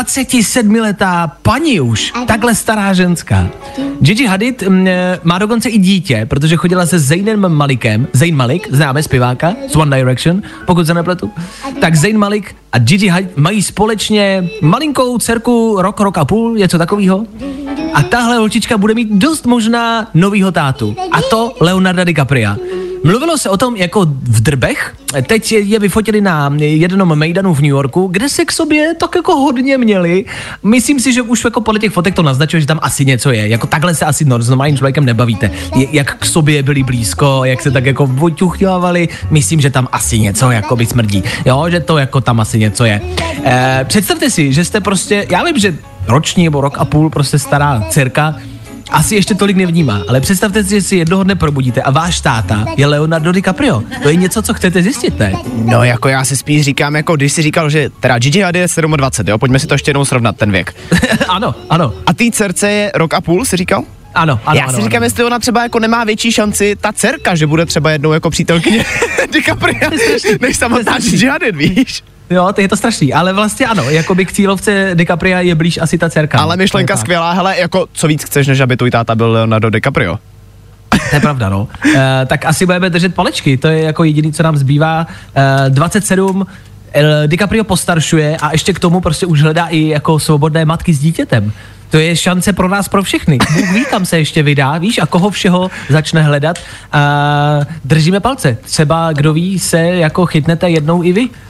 27letá paní už, takhle stará ženská. Gigi Hadid má dokonce i dítě, protože chodila se Zainem Malikem. Zayn Malik, známe zpěváka z One Direction, pokud se nepletu. Tak Zayn Malik a Gigi Hadid mají společně malinkou dcerku rok a půl, něco takového. A tahle holčička bude mít dost možná novýho tátu. A to Leonarda DiCapria. Mluvilo se o tom jako v drbech, teď je vyfotili na jednom mejdanu v New Yorku, kde se k sobě tak jako hodně měli. Myslím si, že už jako podle těch fotek to naznačuje, že tam asi něco je. Jako takhle se asi s normálním člověkem nebavíte. Jak k sobě byli blízko, jak se tak jako oťuchňovali, myslím, že tam asi něco jako by smrdí. Jo, že to jako tam asi něco je. Představte si, že jste prostě, já vím, že roční nebo rok a půl prostě stará dcerka asi ještě tolik nevnímá, ale představte si, že si jednoho dne probudíte a váš táta je Leonardo DiCaprio. To je něco, co chcete zjistit, ne? No jako já si spíš říkám, jako když si říkal, že teda Gigi Hadid je 27, jo, pojďme si to ještě jednou srovnat ten věk. Ano. A té dcerce je rok a půl, si říkal? Ano. Já si říkám, jestli ona třeba jako nemá větší šanci, ta dcerka, že bude třeba jednou jako přítelkyně DiCapria, než samotná Gigi Hadid, víš? Jo, to je to strašný, ale vlastně ano, jako by k cílovce DiCapria je blíž asi ta dcerka. Ale myšlenka skvělá, hele, jako co víc chceš, než aby tvůj táta byl Leonardo DiCaprio? To je pravda, no. Tak asi budeme držet palečky, to je jako jediný, co nám zbývá. 27, DiCaprio postaršuje a ještě k tomu prostě už hledá i jako svobodné matky s dítětem. To je šance pro nás, pro všechny. Bůh ví, kam se ještě vydá, víš, a koho všeho začne hledat. Držíme palce. Třeba, kdo ví, se jako chytnete jednou i vy.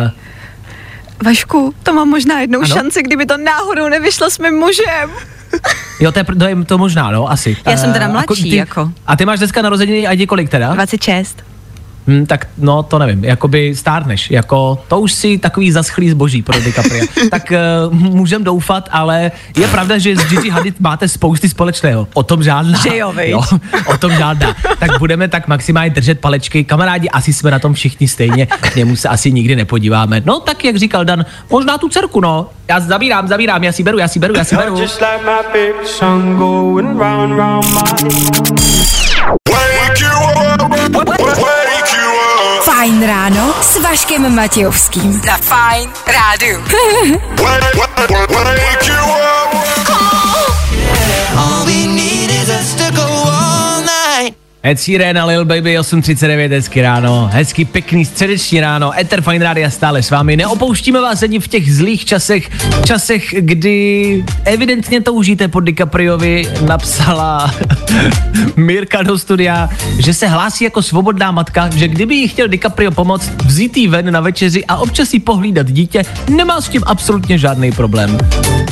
Vašku, to mám možná jednou šanci, kdyby to náhodou nevyšlo s mým mužem. Jo, to je to možná, no, asi. Já jsem teda mladší, jako. A ty máš dneska narozeniny a kolik teda? 26. Tak no, to nevím, jakoby stárneš, jako to už si takový zaschlý zboží pro DiCapria. Tak můžem doufat, ale je pravda, že s Gigi Hadid máte spousty společného. O tom žádná. Že jo, o tom žádná. Tak budeme tak maximálně držet palečky. Kamarádi, asi jsme na tom všichni stejně, k němu se asi nikdy nepodíváme. No tak, jak říkal Dan, možná tu dcerku, no. Já zabírám, já si beru. Fajn ráno s Vaškem Matějovským. Na Fajn rádiu. Ed Sheeran a Lil Baby, 8:39, hezky ráno, hezky pěkný středeční ráno, Ether Fajn Rádia stále s vámi, neopouštíme vás ani v těch zlých časech, kdy evidentně toužíte po DiCapriovi, napsala Mirka do studia, že se hlásí jako svobodná matka, že kdyby jí chtěl DiCaprio pomoct, vzít jí ven na večeři a občas jí pohlídat dítě, nemá s tím absolutně žádný problém.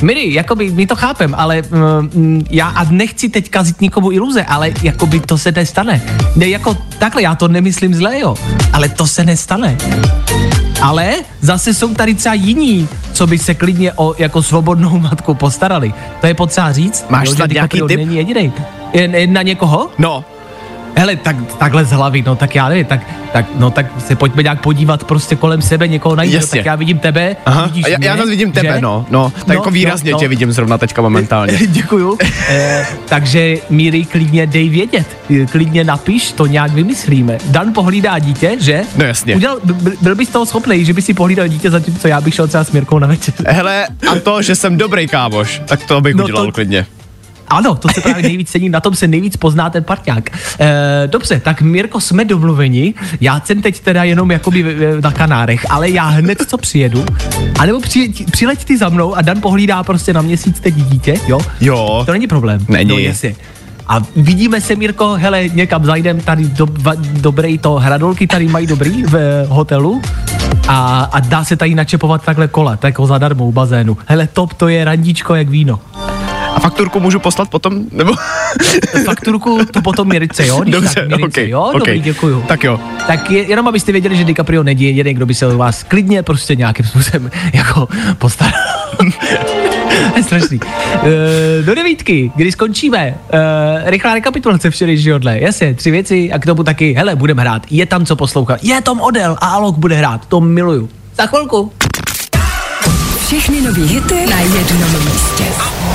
Miri, jakoby, my to chápem, ale já a nechci teď kazit nikomu iluze, ale jakoby to se nestane. Ne, jako takhle, já to nemyslím zle, jo, ale to se nestane. Ale zase jsou tady třeba jiní, co by se klidně o jako svobodnou matku postarali. To je potřeba říct. Máš snad nějaký tip? Není jedinej. Na někoho? No. Hele, takhle z hlavy, no tak já nevím, tak se pojďme nějak podívat prostě kolem sebe, někoho najít, no, tak já vidím tebe, vidíš mě, já zase vidím tebe, no, tak jako výrazně tě vidím zrovna teďka momentálně. Děkuju, takže Míry, klidně dej vědět, klidně napiš, to nějak vymyslíme. Dan pohlídá dítě, že? No jasně. Byl bys toho schopnej, že by si pohlídal dítě, zatímco já bych šel třeba s Mirkou na večer. Hele, a to, že jsem dobrý kámoš, tak to bych udělal klidně. Ano, to se právě nejvíc cení, na tom se nejvíc pozná ten parťák. Dobře, tak Mirko, jsme domluveni, já jsem teď teda jenom jakoby na Kanárech, ale já hned co přijedu, anebo přileď ty za mnou a Dan pohlídá prostě na měsíc teď dítě, jo? Jo. To není problém. Není. No, jestli. A vidíme se, Mirko, hele, někam zajdem, tady dobrý to, hradolky tady mají dobrý v hotelu a dá se tady načepovat takhle kola, tak jako zadarmo u bazénu. Hele, top, to je randíčko jak víno. A fakturku můžu poslat potom, nebo? Fakturku to potom Mirce, jo? Dobře, okay, jo? Dobrý, děkuju. Tak jo. Tak jenom abyste věděli, že DiCaprio není jeden, kdo by se o vás klidně prostě nějakým způsobem jako postaral. Je strašný. Do 9, kdy skončíme, rychlá rekapitulace včerejšího dne, jasně, 3 věci a k tomu taky, hele, budeme hrát, je tam co poslouchat, je Tom Odell a Alok bude hrát, to miluju. Za chvilku. Všechny nový hity na jednom místě.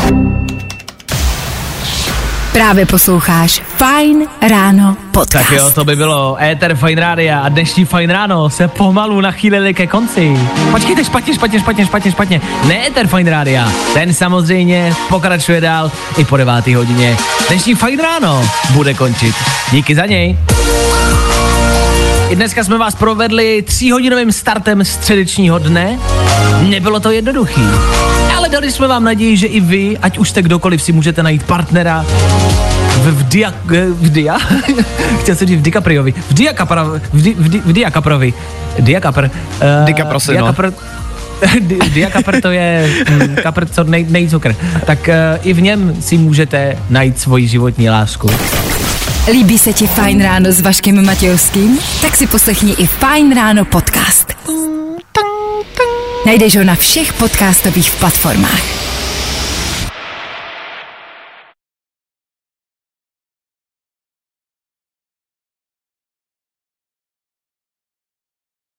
Právě posloucháš Fajn ráno podcast. Tak jo, to by bylo éter Fajn rádia a dnešní Fajn ráno se pomalu nachýlili ke konci. Počkejte, špatně. Ne éter Fajn rádia, ten samozřejmě pokračuje dál i po 9 hodině. Dnešní Fajn ráno bude končit. Díky za něj. I dneska jsme vás provedli 3hodinovým startem středečního dne. Nebylo to jednoduchý, ale dali jsme vám naději, že i vy, ať už jste kdokoliv, si můžete najít partnera v DiCapriovi. DiCapr to je kapr, co nejí cukr. Tak i v něm si můžete najít svoji životní lásku. Líbí se ti Fajn ráno s Vaškem Matějovským? Tak si poslechni i Fajn ráno podcast. Najdeš ho na všech podcastových platformách.